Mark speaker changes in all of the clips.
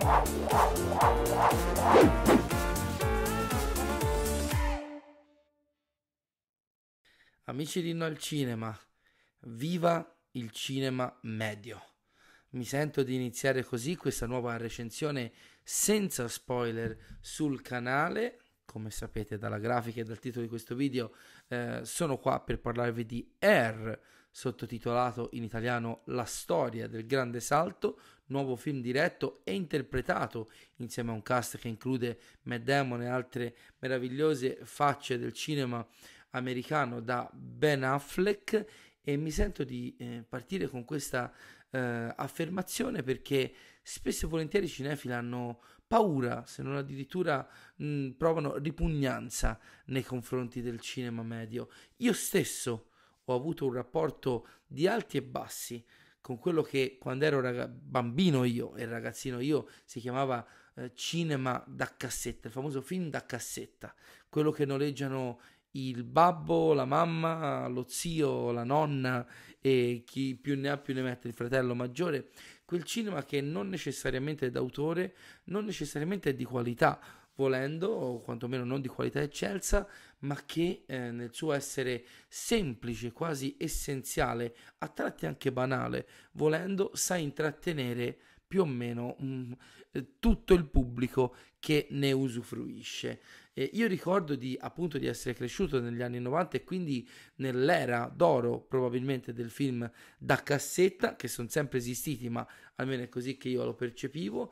Speaker 1: Amici di No al Cinema, viva il cinema medio. Mi sento di iniziare così questa nuova recensione senza spoiler sul canale. Come sapete dalla grafica e dal titolo di questo video, sono qua per parlarvi di Air, sottotitolato in italiano La storia del grande salto, nuovo film diretto e interpretato insieme a un cast che include Matt Damon e altre meravigliose facce del cinema americano da Ben Affleck. E mi sento di partire con questa affermazione perché spesso e volentieri i cinefili hanno paura, se non addirittura provano ripugnanza nei confronti del cinema medio. Io stesso ho avuto un rapporto di alti e bassi con quello che quando ero bambino io e ragazzino io si chiamava cinema da cassetta, il famoso film da cassetta, quello che noleggiano il babbo, la mamma, lo zio, la nonna e chi più ne ha più ne mette, il fratello maggiore, quel cinema che non necessariamente è d'autore, non necessariamente è di qualità, volendo, o quantomeno non di qualità eccelsa, ma che nel suo essere semplice, quasi essenziale, a tratti anche banale, volendo, sa intrattenere più o meno tutto il pubblico che ne usufruisce. Io ricordo appunto di essere cresciuto negli anni 90 e quindi nell'era d'oro probabilmente del film da cassetta, che sono sempre esistiti, ma almeno è così che io lo percepivo,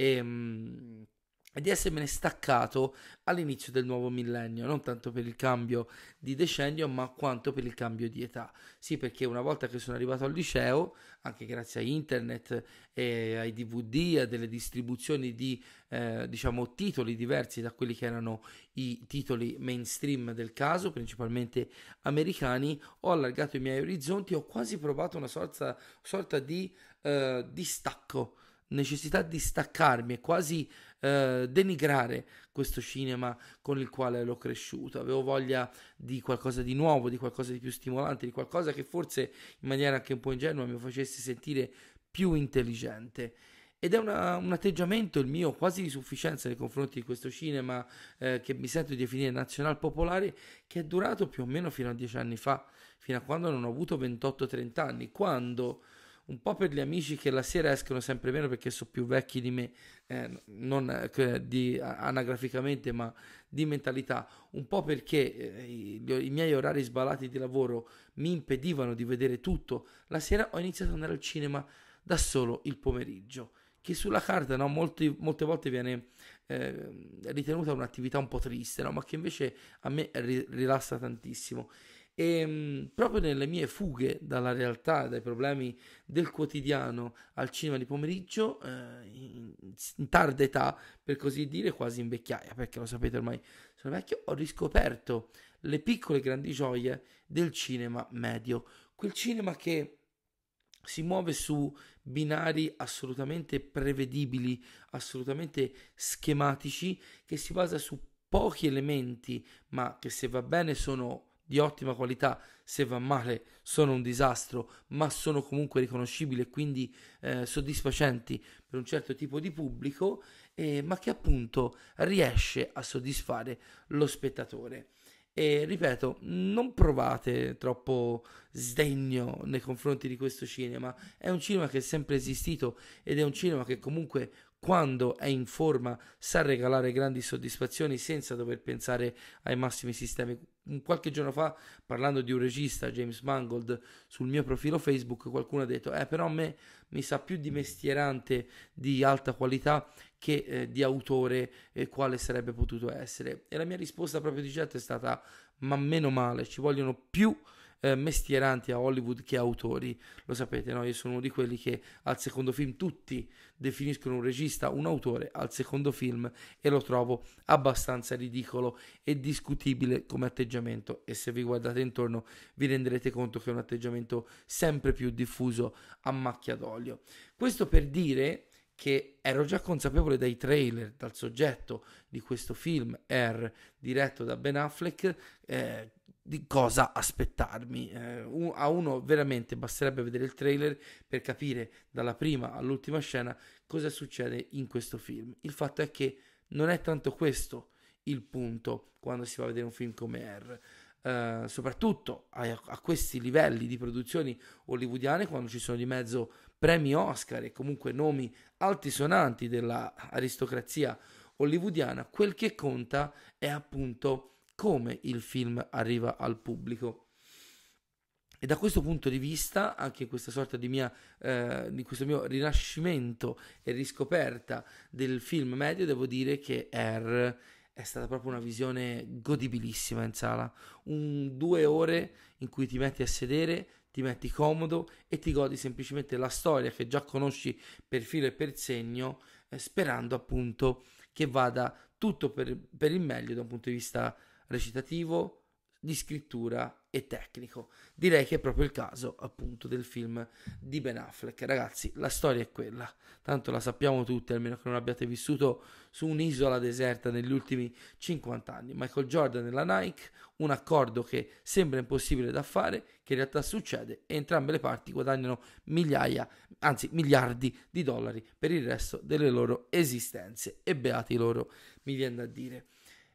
Speaker 1: e di essermene staccato all'inizio del nuovo millennio, non tanto per il cambio di decennio, ma quanto per il cambio di età. Sì, perché una volta che sono arrivato al liceo, anche grazie a internet e ai DVD, a delle distribuzioni di diciamo titoli diversi da quelli che erano i titoli mainstream del caso, principalmente americani, ho allargato i miei orizzonti, ho quasi provato una sorta di distacco, necessità di staccarmi e quasi denigrare questo cinema con il quale l'ho cresciuto. Avevo voglia di qualcosa di nuovo, di qualcosa di più stimolante, di qualcosa che forse in maniera anche un po' ingenua mi facesse sentire più intelligente. Ed è un atteggiamento il mio quasi di sufficienza nei confronti di questo cinema che mi sento di definire nazional popolare, che è durato più o meno fino a 10 anni fa, fino a quando non ho avuto 28-30 anni, quando un po' per gli amici che la sera escono sempre meno perché sono più vecchi di me, non anagraficamente ma di mentalità, un po' perché i miei orari sballati di lavoro mi impedivano di vedere tutto la sera, ho iniziato ad andare al cinema da solo il pomeriggio, che sulla carta no, molte volte viene ritenuta un'attività un po' triste, no? Ma che invece a me rilassa tantissimo. E proprio nelle mie fughe dalla realtà, dai problemi del quotidiano al cinema di pomeriggio, in tarda età, per così dire, quasi in vecchiaia, perché lo sapete ormai sono vecchio, ho riscoperto le piccole grandi gioie del cinema medio, quel cinema che si muove su binari assolutamente prevedibili, assolutamente schematici, che si basa su pochi elementi, ma che se va bene sono di ottima qualità, se va male sono un disastro, ma sono comunque riconoscibili e quindi soddisfacenti per un certo tipo di pubblico, ma che appunto riesce a soddisfare lo spettatore. E ripeto, non provate troppo sdegno nei confronti di questo cinema, è un cinema che è sempre esistito ed è un cinema che comunque quando è in forma sa regalare grandi soddisfazioni senza dover pensare ai massimi sistemi. Qualche giorno fa, parlando di un regista, James Mangold, sul mio profilo Facebook, qualcuno ha detto però a me mi sa più di mestierante di alta qualità che di autore quale sarebbe potuto essere. E la mia risposta proprio di getto è stata ma meno male, ci vogliono più mestieranti a Hollywood che autori, lo sapete, no? Io sono uno di quelli che al secondo film tutti definiscono un regista un autore al secondo film, e lo trovo abbastanza ridicolo e discutibile come atteggiamento, e se vi guardate intorno vi renderete conto che è un atteggiamento sempre più diffuso a macchia d'olio. Questo per dire che ero già consapevole dai trailer, dal soggetto di questo film Air diretto da Ben Affleck, di cosa aspettarmi. A uno veramente basterebbe vedere il trailer per capire dalla prima all'ultima scena cosa succede in questo film. Il fatto è che non è tanto questo il punto quando si va a vedere un film come R. Soprattutto a questi livelli di produzioni hollywoodiane, quando ci sono di mezzo premi Oscar e comunque nomi altisonanti della aristocrazia hollywoodiana, quel che conta è appunto come il film arriva al pubblico. E da questo punto di vista, anche in questa sorta di questo mio rinascimento e riscoperta del film medio, devo dire che R è stata proprio una visione godibilissima in sala. 2 ore in cui ti metti a sedere, ti metti comodo e ti godi semplicemente la storia che già conosci per filo e per segno, sperando appunto che vada tutto per il meglio da un punto di vista recitativo, di scrittura e tecnico. Direi che è proprio il caso appunto del film di Ben Affleck. Ragazzi, la storia è quella, tanto la sappiamo tutti, almeno che non abbiate vissuto su un'isola deserta negli ultimi 50 anni. Michael Jordan e la Nike, un accordo che sembra impossibile da fare, che in realtà succede e entrambe le parti guadagnano migliaia, anzi miliardi di dollari per il resto delle loro esistenze. E beati loro, mi viene da dire.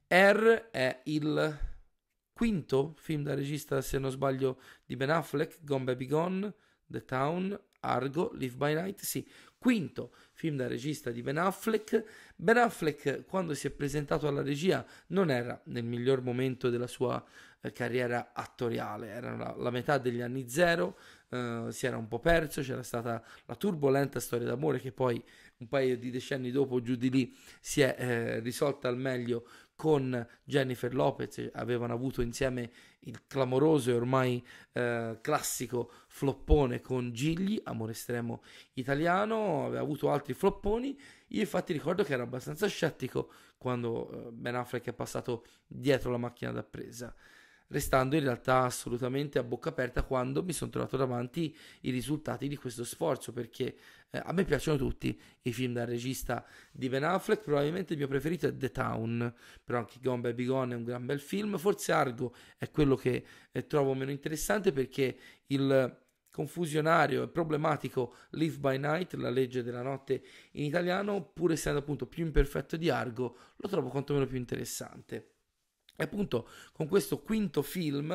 Speaker 1: R è il quinto film da regista, se non sbaglio, di Ben Affleck: Gone Baby Gone, The Town, Argo, Live by Night. Sì, quinto film da regista di Ben Affleck. Ben Affleck, quando si è presentato alla regia, non era nel miglior momento della sua carriera attoriale, era la metà degli anni zero, si era un po' perso, c'era stata la turbolenta storia d'amore che poi un paio di decenni dopo, giù di lì, si è risolta al meglio con Jennifer Lopez. Avevano avuto insieme il clamoroso e ormai classico floppone con Gigli, Amore estremo italiano, aveva avuto altri flopponi. Io infatti ricordo che ero abbastanza scettico quando Ben Affleck è passato dietro la macchina da presa, restando in realtà assolutamente a bocca aperta quando mi sono trovato davanti i risultati di questo sforzo, perché a me piacciono tutti i film da regista di Ben Affleck. Probabilmente il mio preferito è The Town, però anche Gone Baby Gone è un gran bel film. Forse Argo è quello che trovo meno interessante, perché il confusionario e problematico Live by Night, la legge della notte in italiano, pur essendo appunto più imperfetto di Argo, lo trovo quantomeno più interessante. E appunto con questo quinto film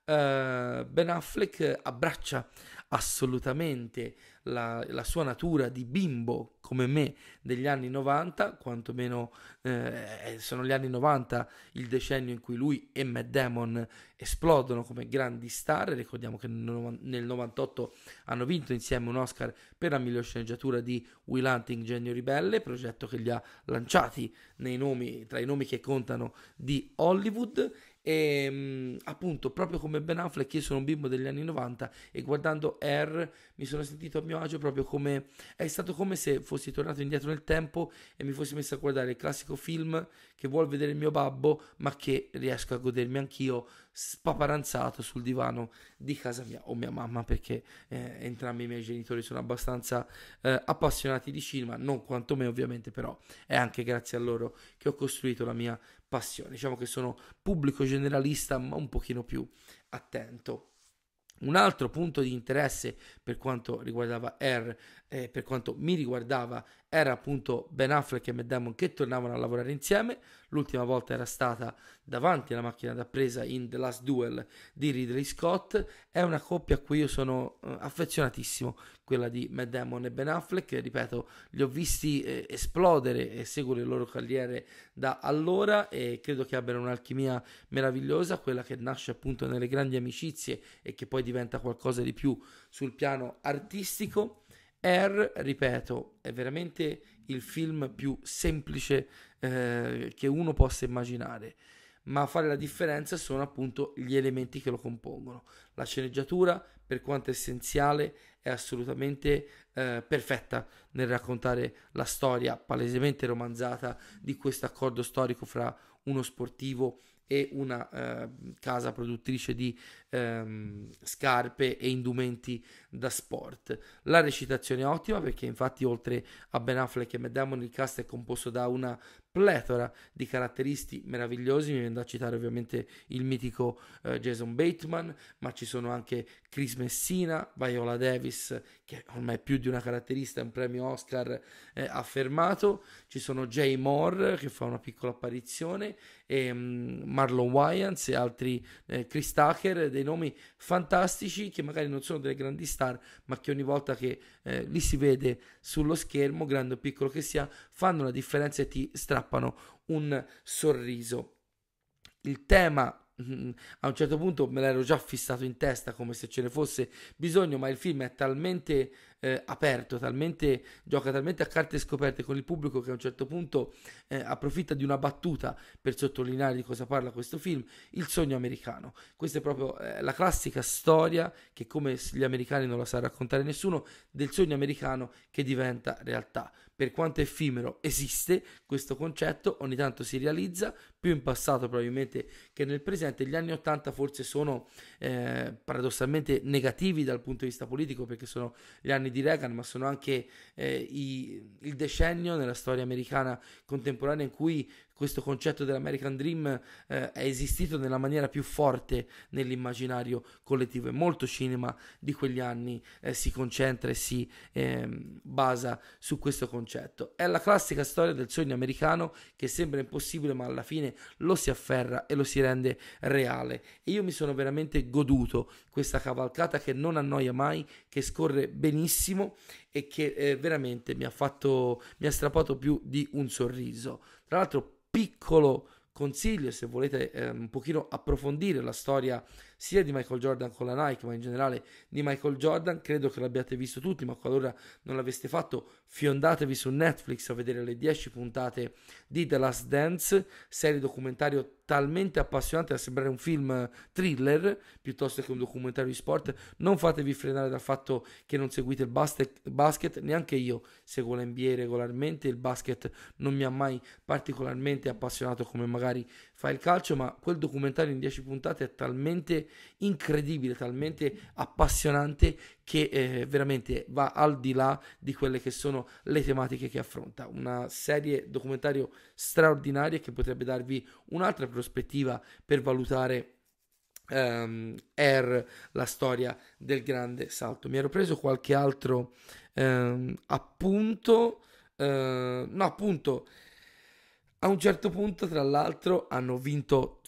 Speaker 1: Ben Affleck abbraccia assolutamente la sua natura di bimbo come me degli anni 90, quantomeno sono gli anni 90 il decennio in cui lui e Matt Damon esplodono come grandi star. Ricordiamo che nel 98 hanno vinto insieme un Oscar per la miglior sceneggiatura di Will Hunting, Genio Ribelle, progetto che li ha lanciati tra i nomi che contano di Hollywood. E appunto, proprio come Ben Affleck, io sono un bimbo degli anni 90 e guardando R mi sono sentito a mio agio, proprio come è stato come se fossi tornato indietro nel tempo e mi fossi messo a guardare il classico film che vuol vedere il mio babbo, ma che riesco a godermi anch'io spaparanzato sul divano di casa mia o mia mamma, perché entrambi i miei genitori sono abbastanza appassionati di cinema, non quanto me ovviamente, però è anche grazie a loro che ho costruito la mia passione. Diciamo che sono pubblico generalista, ma un pochino più attento. Un altro punto di interesse per quanto riguardava per quanto mi riguardava, era appunto Ben Affleck e Matt Damon che tornavano a lavorare insieme. L'ultima volta era stata davanti alla macchina da presa in The Last Duel di Ridley Scott. È una coppia a cui io sono affezionatissimo, quella di Matt Damon e Ben Affleck. Ripeto, li ho visti esplodere e seguo le loro carriere da allora e credo che abbiano un'alchimia meravigliosa, quella che nasce appunto nelle grandi amicizie e che poi diventa qualcosa di più sul piano artistico. R, ripeto, è veramente il film più semplice che uno possa immaginare, ma a fare la differenza sono appunto gli elementi che lo compongono. La sceneggiatura, per quanto essenziale, è assolutamente perfetta nel raccontare la storia palesemente romanzata di questo accordo storico fra uno sportivo e una casa produttrice di scarpe e indumenti da sport. La recitazione è ottima perché infatti oltre a Ben Affleck e Matt Damon il cast è composto da una pletora di caratteristi meravigliosi, mi viene da citare ovviamente il mitico Jason Bateman, ma ci sono anche Chris Messina, Viola Davis, che ormai è più di una caratterista, è un premio Oscar affermato, ci sono Jay Moore che fa una piccola apparizione, e Marlon Wayans e altri, Chris Tucker, dei nomi fantastici che magari non sono delle grandi star, ma che ogni volta che li si vede sullo schermo, grande o piccolo che sia, fanno la differenza e ti strappano un sorriso. Il tema a un certo punto me l'ero già fissato in testa come se ce ne fosse bisogno, ma il film è talmente aperto, gioca talmente a carte scoperte con il pubblico che a un certo punto approfitta di una battuta per sottolineare di cosa parla questo film, il sogno americano. Questa è proprio la classica storia che, come gli americani non la sa raccontare nessuno, del sogno americano che diventa realtà. Per quanto effimero esiste questo concetto, ogni tanto si realizza, più in passato probabilmente che nel presente. Gli anni 80 forse sono paradossalmente negativi dal punto di vista politico perché sono gli anni di Reagan, ma sono anche il decennio nella storia americana contemporanea in cui questo concetto dell'American Dream è esistito nella maniera più forte nell'immaginario collettivo, e molto cinema di quegli anni si concentra e si basa su questo concetto. È la classica storia del sogno americano che sembra impossibile ma alla fine lo si afferra e lo si rende reale, e io mi sono veramente goduto questa cavalcata che non annoia mai, che scorre benissimo e che veramente mi ha strappato più di un sorriso. Tra l'altro, piccolo consiglio se volete un pochino approfondire la storia sia di Michael Jordan con la Nike, ma in generale di Michael Jordan, credo che l'abbiate visto tutti, ma qualora non l'aveste fatto, fiondatevi su Netflix a vedere le 10 puntate di The Last Dance, serie documentario talmente appassionante da sembrare un film thriller piuttosto che un documentario di sport. Non fatevi frenare dal fatto che non seguite il basket, neanche io seguo l'NBA regolarmente, il basket non mi ha mai particolarmente appassionato come magari fa il calcio, ma quel documentario in 10 puntate è talmente incredibile, talmente appassionante che veramente va al di là di quelle che sono le tematiche che affronta. Una serie documentario straordinaria che potrebbe darvi un'altra prospettiva per valutare Air, la storia del grande salto. Mi ero preso qualche altro appunto, no appunto, a un certo punto tra l'altro hanno vinto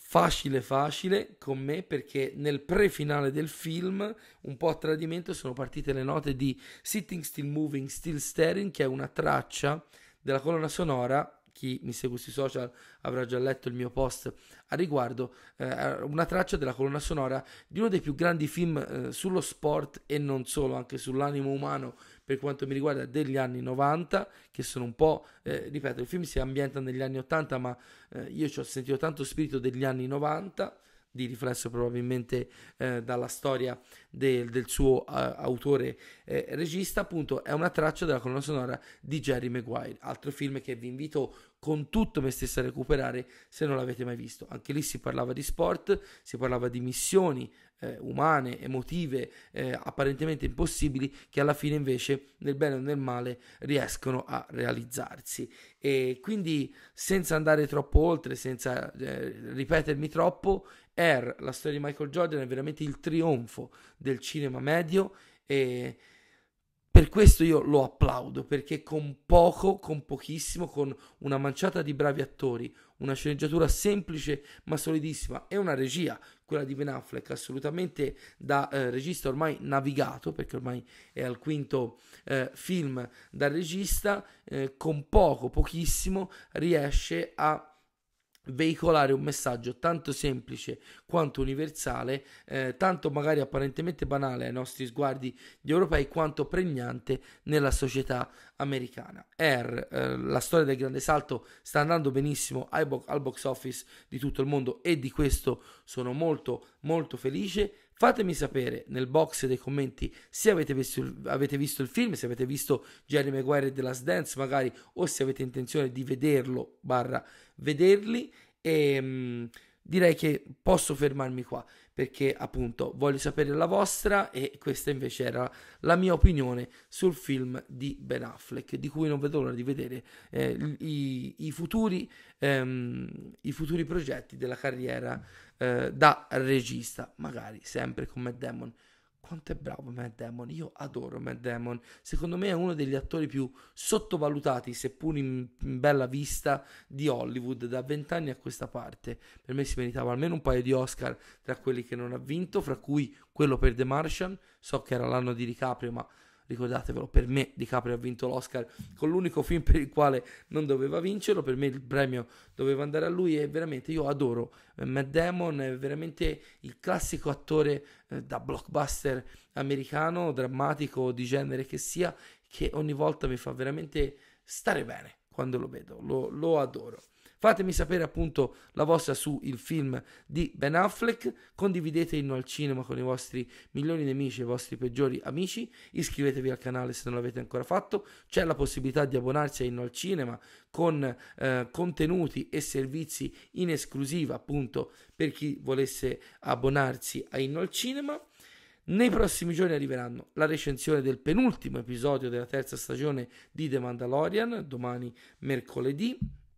Speaker 1: facile con me perché nel pre-finale del film, un po' a tradimento, sono partite le note di Sitting Still Moving Still Staring, che è una traccia della colonna sonora. Chi mi segue sui social avrà già letto il mio post a riguardo, una traccia della colonna sonora di uno dei più grandi film sullo sport e non solo, anche sull'animo umano per quanto mi riguarda, degli anni 90, che sono un po', ripeto, il film si ambienta negli anni 80, ma io ci ho sentito tanto spirito degli anni 90, di riflesso probabilmente dalla storia del suo autore regista. Appunto è una traccia della colonna sonora di Jerry Maguire, altro film che vi invito con tutto me stesso a recuperare se non l'avete mai visto. Anche lì si parlava di sport, si parlava di missioni umane, emotive, apparentemente impossibili, che alla fine invece nel bene o nel male riescono a realizzarsi. E quindi, senza andare troppo oltre, senza ripetermi troppo, Air, la storia di Michael Jordan, è veramente il trionfo del cinema medio, e per questo io lo applaudo, perché con poco, con pochissimo, con una manciata di bravi attori, una sceneggiatura semplice ma solidissima e una regia, quella di Ben Affleck, assolutamente da regista ormai navigato, perché ormai è al quinto film da regista, con pochissimo riesce a veicolare un messaggio tanto semplice quanto universale, tanto magari apparentemente banale ai nostri sguardi di europei, quanto pregnante nella società americana. Air, la storia del grande salto, sta andando benissimo al box office di tutto il mondo e di questo sono molto felice. Fatemi sapere nel box dei commenti se avete visto il film, se avete visto Jerry Maguire e The Last Dance magari, o se avete intenzione di vederlo / vederli. E direi che posso fermarmi qua, perché appunto voglio sapere la vostra, e questa invece era la mia opinione sul film di Ben Affleck, di cui non vedo l'ora di vedere i futuri progetti della carriera da regista, magari sempre con Matt Damon. Quanto è bravo Matt Damon, io adoro Matt Damon, secondo me è uno degli attori più sottovalutati, seppur in bella vista, di Hollywood da 20 anni a questa parte. Per me si meritava almeno un paio di Oscar tra quelli che non ha vinto, fra cui quello per The Martian. So che era l'anno di DiCaprio, ma ricordatevelo, per me DiCaprio ha vinto l'Oscar con l'unico film per il quale non doveva vincerlo. Per me il premio doveva andare a lui, e veramente io adoro Matt Damon, è veramente il classico attore da blockbuster americano, drammatico, di genere che sia, che ogni volta mi fa veramente stare bene quando lo vedo, lo adoro. Fatemi sapere appunto la vostra su il film di Ben Affleck, condividete Inno al Cinema con i vostri migliori nemici e i vostri peggiori amici, iscrivetevi al canale se non l'avete ancora fatto, c'è la possibilità di abbonarsi a Inno al Cinema con contenuti e servizi in esclusiva appunto per chi volesse abbonarsi a Inno al Cinema. Nei prossimi giorni arriveranno la recensione del penultimo episodio della terza stagione di The Mandalorian, domani mercoledì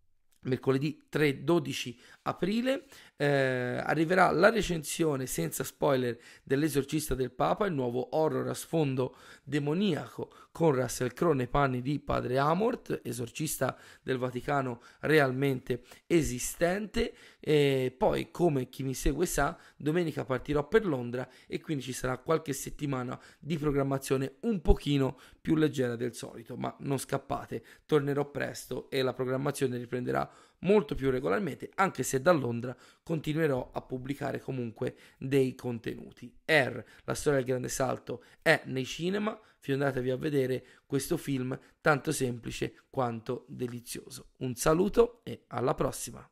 Speaker 1: 12 aprile, arriverà la recensione senza spoiler dell'Esorcista del Papa, il nuovo horror a sfondo demoniaco con Russell Crowe nei panni di Padre Amort, esorcista del Vaticano realmente esistente. E poi, come chi mi segue sa, domenica partirò per Londra e quindi ci sarà qualche settimana di programmazione un pochino più leggera del solito, ma non scappate, tornerò presto e la programmazione riprenderà molto più regolarmente, anche se da Londra continuerò a pubblicare comunque dei contenuti. La storia del grande salto è nei cinema, fiondatevi a vedere questo film tanto semplice quanto delizioso. Un saluto e alla prossima!